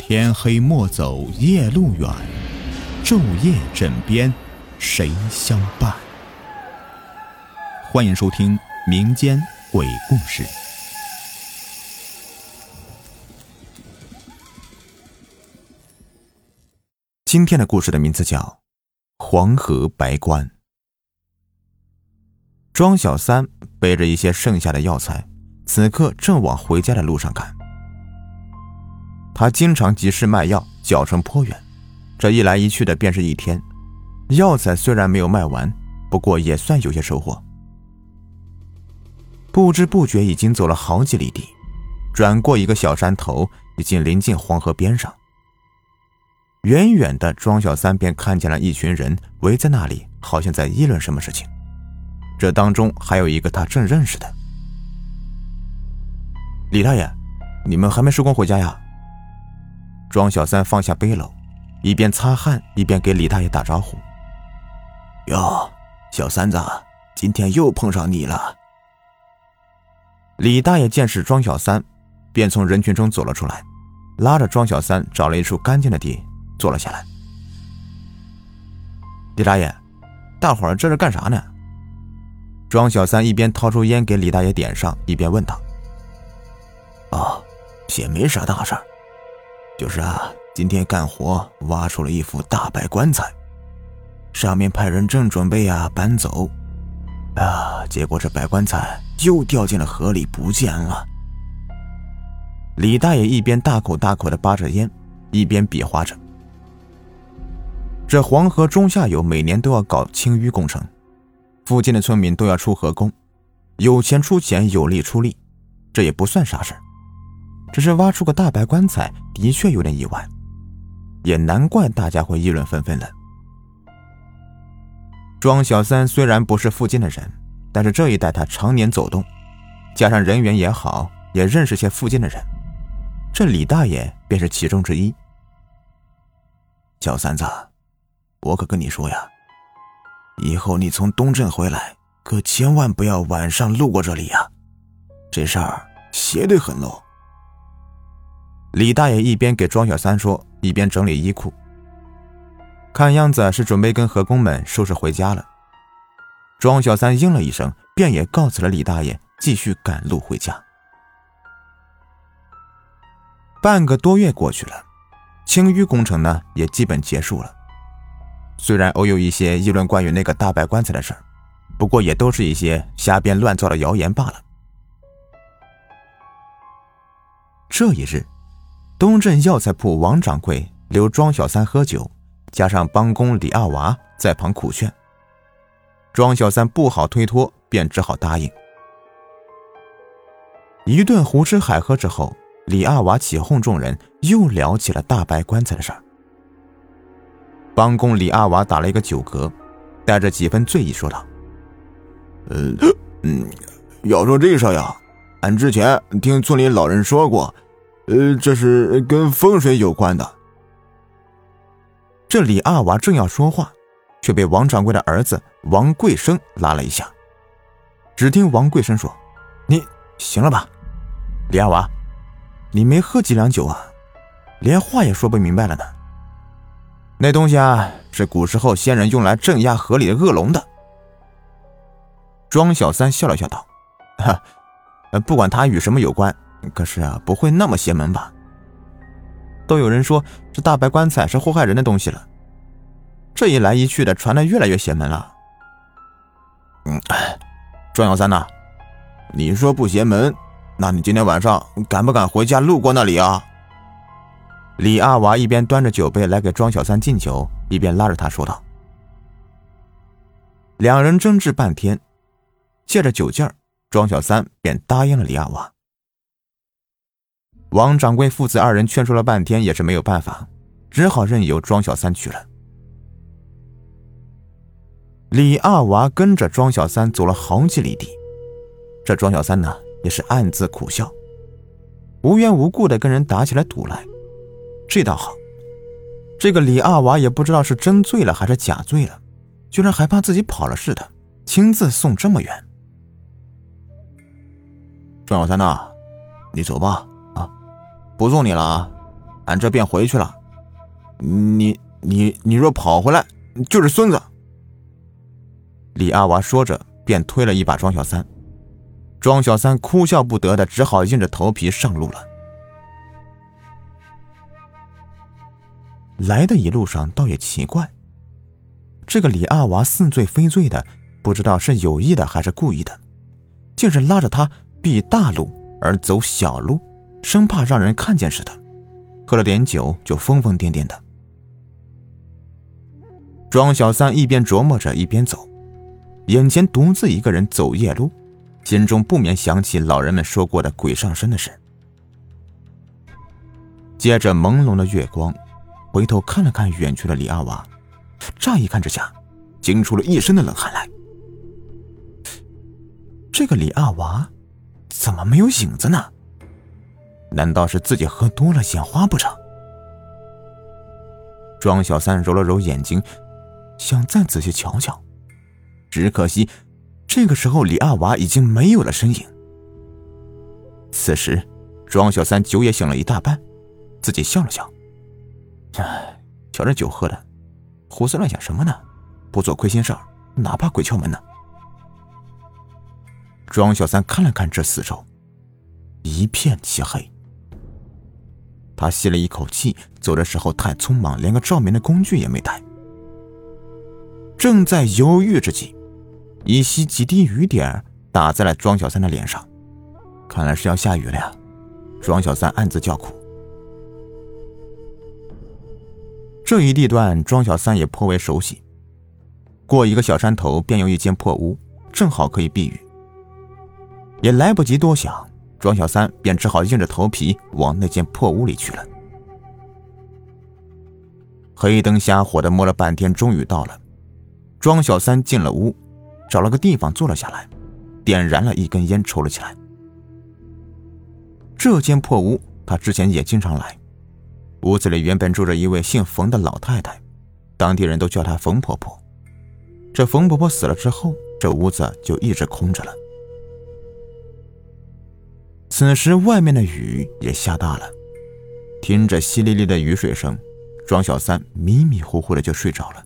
天黑莫走夜路远，昼夜枕边谁相伴？欢迎收听民间鬼故事。今天的故事的名字叫《黄河白关》。庄小三背着一些剩下的药材，此刻正往回家的路上赶。他经常集市卖药，脚程颇远，这一来一去的便是一天。药材虽然没有卖完，不过也算有些收获。不知不觉已经走了好几里地，转过一个小山头，已经临近黄河边上。远远的，庄小三便看见了一群人围在那里，好像在议论什么事情。这当中还有一个他正认识的。李大爷，你们还没收工回家呀？庄小三放下背篓，一边擦汗一边给李大爷打招呼。 哟，小三子，今天又碰上你了。 李大爷见是庄小三，便从人群中走了出来，拉着庄小三找了一处干净的地坐了下来。李大爷，大伙儿这是干啥呢？庄小三一边掏出烟给李大爷点上，一边问道。 也没啥大事儿，就是今天干活挖出了一副大白棺材，上面派人正准备搬走，结果这白棺材又掉进了河里不见了。 李大爷一边大口大口地扒着烟，一边比划着。这黄河中下游每年都要搞清淤工程，附近的村民都要出河工，有钱出钱，有力出力，这也不算啥事，只是挖出个大白棺材的确有点意外，也难怪大家会议论纷纷的。庄小三虽然不是附近的人，但是这一带他常年走动，加上人缘也好，也认识些附近的人，这李大爷便是其中之一。 小三子，我可跟你说呀，以后你从东镇回来，可千万不要晚上路过这里呀，这事儿邪得很喽。 李大爷一边给庄小三说，一边整理衣裤，看样子是准备跟河工们收拾回家了。庄小三应了一声，便也告辞了李大爷，继续赶路回家。半个多月过去了，清淤工程呢也基本结束了。虽然偶有一些议论关于那个大白棺材的事儿，不过也都是一些瞎编乱造的谣言罢了。这一日，东镇药材铺王掌柜留庄小三喝酒，加上帮工李二娃在旁苦劝。庄小三不好推脱，便只好答应。一顿胡吃海喝之后，李二娃起哄众人又聊起了大白棺材的事儿。帮工李二娃打了一个酒嗝，带着几分醉意说道： 要说这事呀，俺之前听村里老人说过，这是跟风水有关的。 这李二娃正要说话，却被王掌柜的儿子王贵生拉了一下。只听王贵生说：你行了吧，李二娃，你没喝几两酒啊，连话也说不明白了呢。那东西是古时候先人用来镇压河里的恶龙的。庄小三笑了笑道：不管它与什么有关，可是不会那么邪门吧？都有人说这大白棺材是祸害人的东西了，这一来一去的传得越来越邪门了。 庄小三呐，你说不邪门，那你今天晚上敢不敢回家路过那里啊？ 李二娃一边端着酒杯来给庄小三敬酒，一边拉着他说道。两人争执半天，借着酒劲儿，庄小三便答应了李二娃。王掌柜父子二人劝说了半天也是没有办法，只好任由庄小三去了。李二娃跟着庄小三走了好几里地，这庄小三呢也是暗自苦笑，无缘无故的跟人打起来赌来。这倒好，这个李二娃也不知道是真醉了还是假醉了，居然还怕自己跑了似的，亲自送这么远。 庄小三呐，你走吧，不送你了啊， 俺这便回去了。你若跑回来，就是孙子。李阿娃说着，便推了一把庄小三。庄小三哭笑不得的，只好硬着头皮上路了。来的一路上倒也奇怪，这个李阿娃似醉非醉的，不知道是有意的还是故意的，竟是拉着他避大路而走小路，生怕让人看见似的。喝了点酒就疯疯癫癫的。庄小三一边琢磨着一边走，眼前独自一个人走夜路，心中不免想起老人们说过的鬼上身的事。接着朦胧的月光，回头看了看远去的李阿娃，乍一看之下惊出了一身的冷汗来。这个李阿娃怎么没有影子呢？难道是自己喝多了眼花不成？庄小三揉了揉眼睛，想再仔细瞧瞧，只可惜这个时候李阿娃已经没有了身影。此时庄小三酒也醒了一大半，自己笑了笑，瞧这酒喝的，胡思乱想什么呢？不做亏心事儿，哪怕鬼敲门呢？庄小三看了看这四周，一片漆黑。他吸了一口气，走的时候太匆忙，连个照明的工具也没带。正在犹豫之际，一袭几滴雨点打在了庄小三的脸上，看来是要下雨了呀。庄小三暗自叫苦。这一地段庄小三也颇为熟悉，过一个小山头便有一间破屋，正好可以避雨。也来不及多想，庄小三便只好硬着头皮往那间破屋里去了。黑灯瞎火的摸了半天，终于到了。庄小三进了屋，找了个地方坐了下来，点燃了一根烟抽了起来。这间破屋他之前也经常来，屋子里原本住着一位姓冯的老太太，当地人都叫她冯婆婆。这冯婆婆死了之后，这屋子就一直空着了。此时外面的雨也下大了，听着淅沥沥的雨水声，庄小三迷迷糊糊的就睡着了。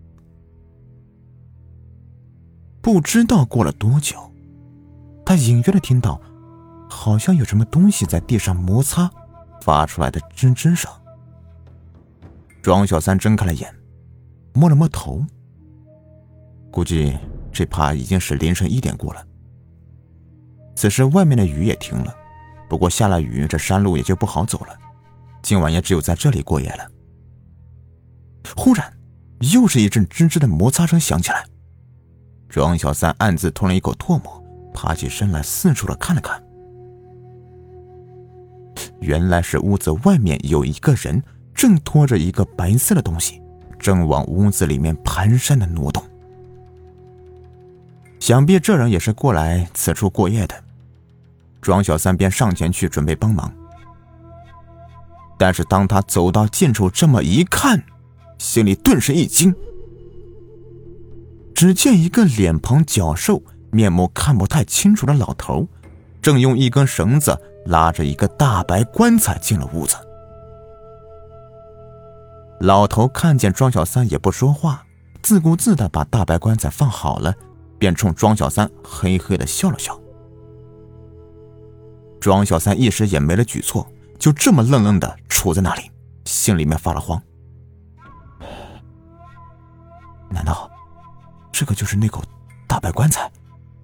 不知道过了多久，他隐约的听到好像有什么东西在地上摩擦发出来的吱吱声。庄小三睁开了眼，摸了摸头，估计这怕已经是凌晨1点过了。此时外面的雨也停了，不过下了雨，这山路也就不好走了，今晚也只有在这里过夜了。忽然又是一阵吱吱的摩擦声响起来，庄小三暗自吞了一口唾沫，爬起身来四处的看了看，原来是屋子外面有一个人正拖着一个白色的东西，正往屋子里面蹒跚的挪动。想必这人也是过来此处过夜的，庄小三便上前去准备帮忙。但是当他走到近处这么一看，心里顿时一惊，只见一个脸庞较瘦、面目看不太清楚的老头，正用一根绳子拉着一个大白棺材进了屋子。老头看见庄小三也不说话，自顾自地把大白棺材放好了，便冲庄小三嘿嘿地笑了笑。庄小三一时也没了举措，就这么愣愣地杵在那里，心里面发了慌。难道这个就是那口大白棺材？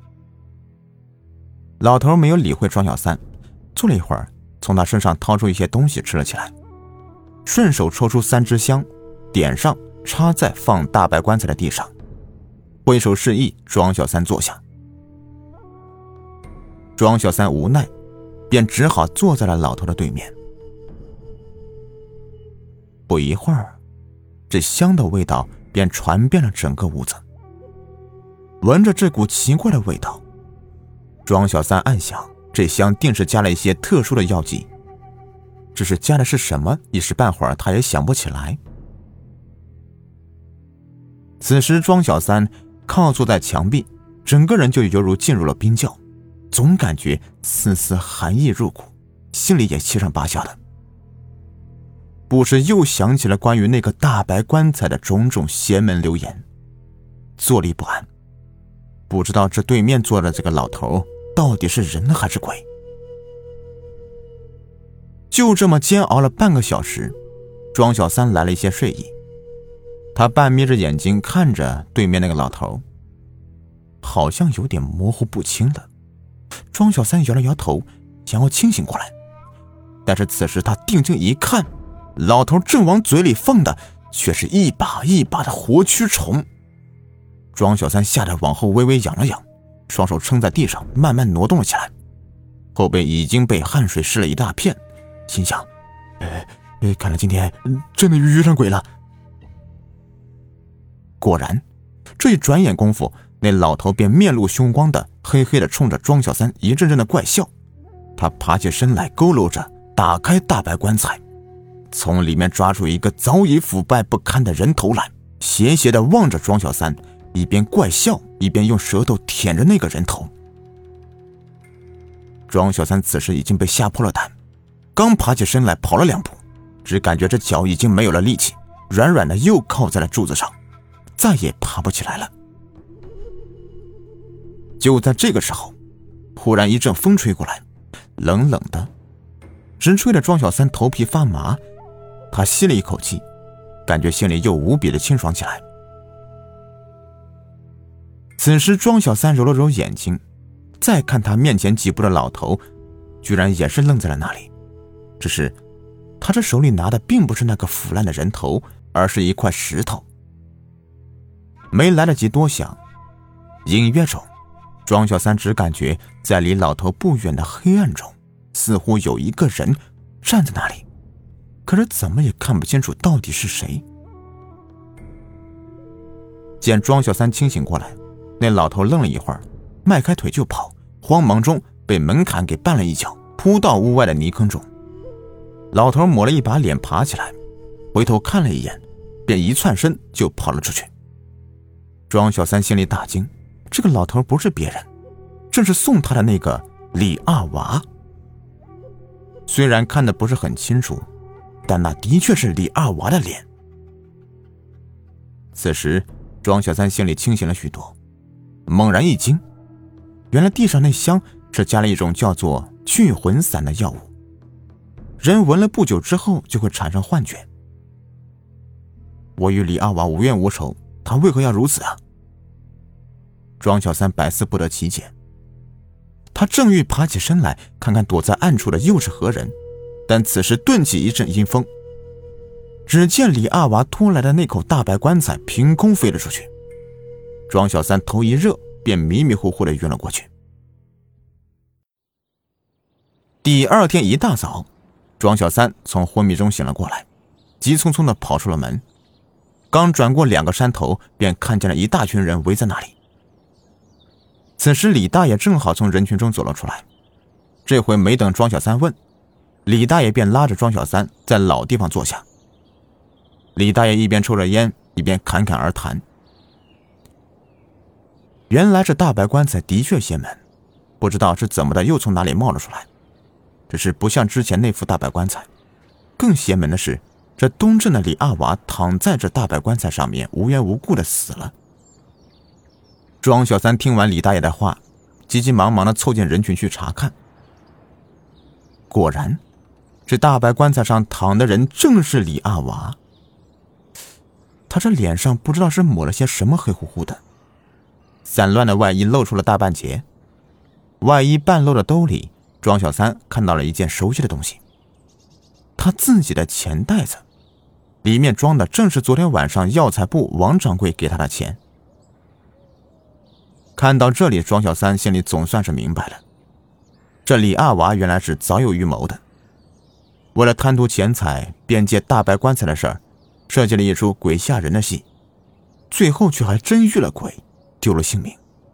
老头没有理会庄小三，坐了一会儿，从他身上掏出一些东西吃了起来，顺手抽出3支香，点上插在放大白棺材的地上，挥手示意庄小三坐下。庄小三无奈，便只好坐在了老头的对面。不一会儿，这香的味道便传遍了整个屋子。闻着这股奇怪的味道，庄小三暗想，这香定是加了一些特殊的药剂，只是加的是什么，一时半会儿他也想不起来。此时庄小三靠坐在墙壁，整个人就犹如进入了冰窖，总感觉丝丝寒意入骨，心里也七上八下的。 不时又想起了关于那个大白棺材的种种邪门流言，坐立不安，不知道这对面坐的这个老头到底是人还是鬼。就这么煎熬了半个小时，庄小三来了一些睡意，他半眯着眼睛看着对面那个老头，好像有点模糊不清了。庄小三摇了摇头，想要清醒过来，但是此时他定睛一看，老头正往嘴里放的却是一把一把的活蛆虫。庄小三吓得往后微微仰了仰，双手撑在地上慢慢挪动了起来，后背已经被汗水湿了一大片，心想看来今天真的遇上鬼了。果然这一转眼功夫，那老头便面露凶光的黑黑的冲着庄小三一阵阵的怪笑。他爬起身来，佝偻着打开大白棺材，从里面抓出一个早已腐败不堪的人头来，斜斜地望着庄小三，一边怪笑一边用舌头舔着那个人头。庄小三此时已经被吓破了胆，刚爬起身来跑了2步，只感觉这脚已经没有了力气，软软的又靠在了柱子上，再也爬不起来了。就在这个时候，忽然一阵风吹过来，冷冷的，直吹得庄小三头皮发麻。他吸了一口气，感觉心里又无比的清爽起来。此时庄小三揉了揉眼睛，再看他面前几步的老头，居然也是愣在了那里，只是他这手里拿的并不是那个腐烂的人头，而是一块石头。没来得及多想，隐约中庄小三只感觉在离老头不远的黑暗中，似乎有一个人站在那里，可是怎么也看不清楚到底是谁。见庄小三清醒过来，那老头愣了一会儿，迈开腿就跑，慌忙中被门槛给绊了一脚，扑到屋外的泥坑中。老头抹了一把脸爬起来，回头看了一眼，便一窜身就跑了出去。庄小三心里大惊，这个老头不是别人，正是送他的那个李二娃。虽然看得不是很清楚，但那的确是李二娃的脸。此时庄小三心里清醒了许多，猛然一惊，原来地上那箱是加了一种叫做去魂散的药物，人闻了不久之后就会产生幻觉。我与李二娃无冤无仇，他为何要如此啊？庄小三百思不得其解。他正欲爬起身来看看躲在暗处的又是何人，但此时顿起一阵阴风，只见李二娃拖来的那口大白棺材凭空飞了出去。庄小三头一热，便迷迷糊糊地晕了过去。第二天一大早，庄小三从昏迷中醒了过来，急匆匆地跑出了门，刚转过2个山头，便看见了一大群人围在那里。此时李大爷正好从人群中走了出来，这回没等庄小三问，李大爷便拉着庄小三在老地方坐下。李大爷一边抽着烟，一边侃侃而谈。原来这大白棺材的确邪门，不知道是怎么的又从哪里冒了出来，只是不像之前那副大白棺材。更邪门的是，这东镇的李二娃躺在这大白棺材上面，无缘无故的死了。庄小三听完李大爷的话，急急忙忙的凑进人群去查看。果然，这大白棺材上躺的人正是李二娃。他这脸上不知道是抹了些什么黑乎乎的，散乱的外衣露出了大半截，外衣半露的兜里，庄小三看到了一件熟悉的东西，他自己的钱袋子，里面装的正是昨天晚上药材部王掌柜给他的钱。看到这里，庄小三心里总算是明白了，这李二娃原来是早有预谋的，为了贪图钱财，便借大白棺材的事儿设计了一出鬼吓人的戏，最后却还真遇了鬼，丢了性命。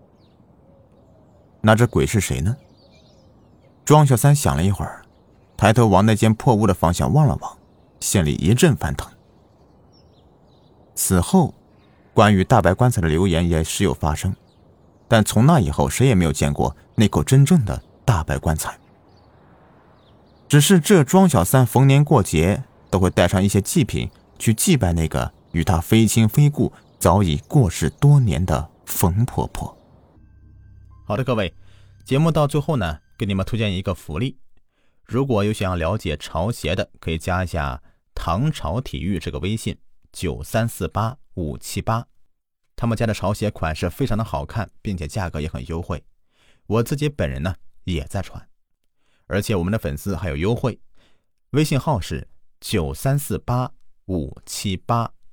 那这鬼是谁呢？庄小三想了一会儿，抬头往那间破屋的方向望了望，心里一阵翻腾。此后关于大白棺材的流言也时有发生，但从那以后谁也没有见过那口真正的大白棺材。只是这庄小三逢年过节都会带上一些祭品去祭拜那个与他非亲非故、早已过世多年的冯婆婆。 好的，各位，节目到最后呢，给你们推荐一个福利。如果有想要了解潮鞋的，可以加一下唐朝体育这个微信9348578，他们家的潮鞋款式非常的好看，并且价格也很优惠。我自己本人呢也在穿，而且我们的粉丝还有优惠，微信号是9348578。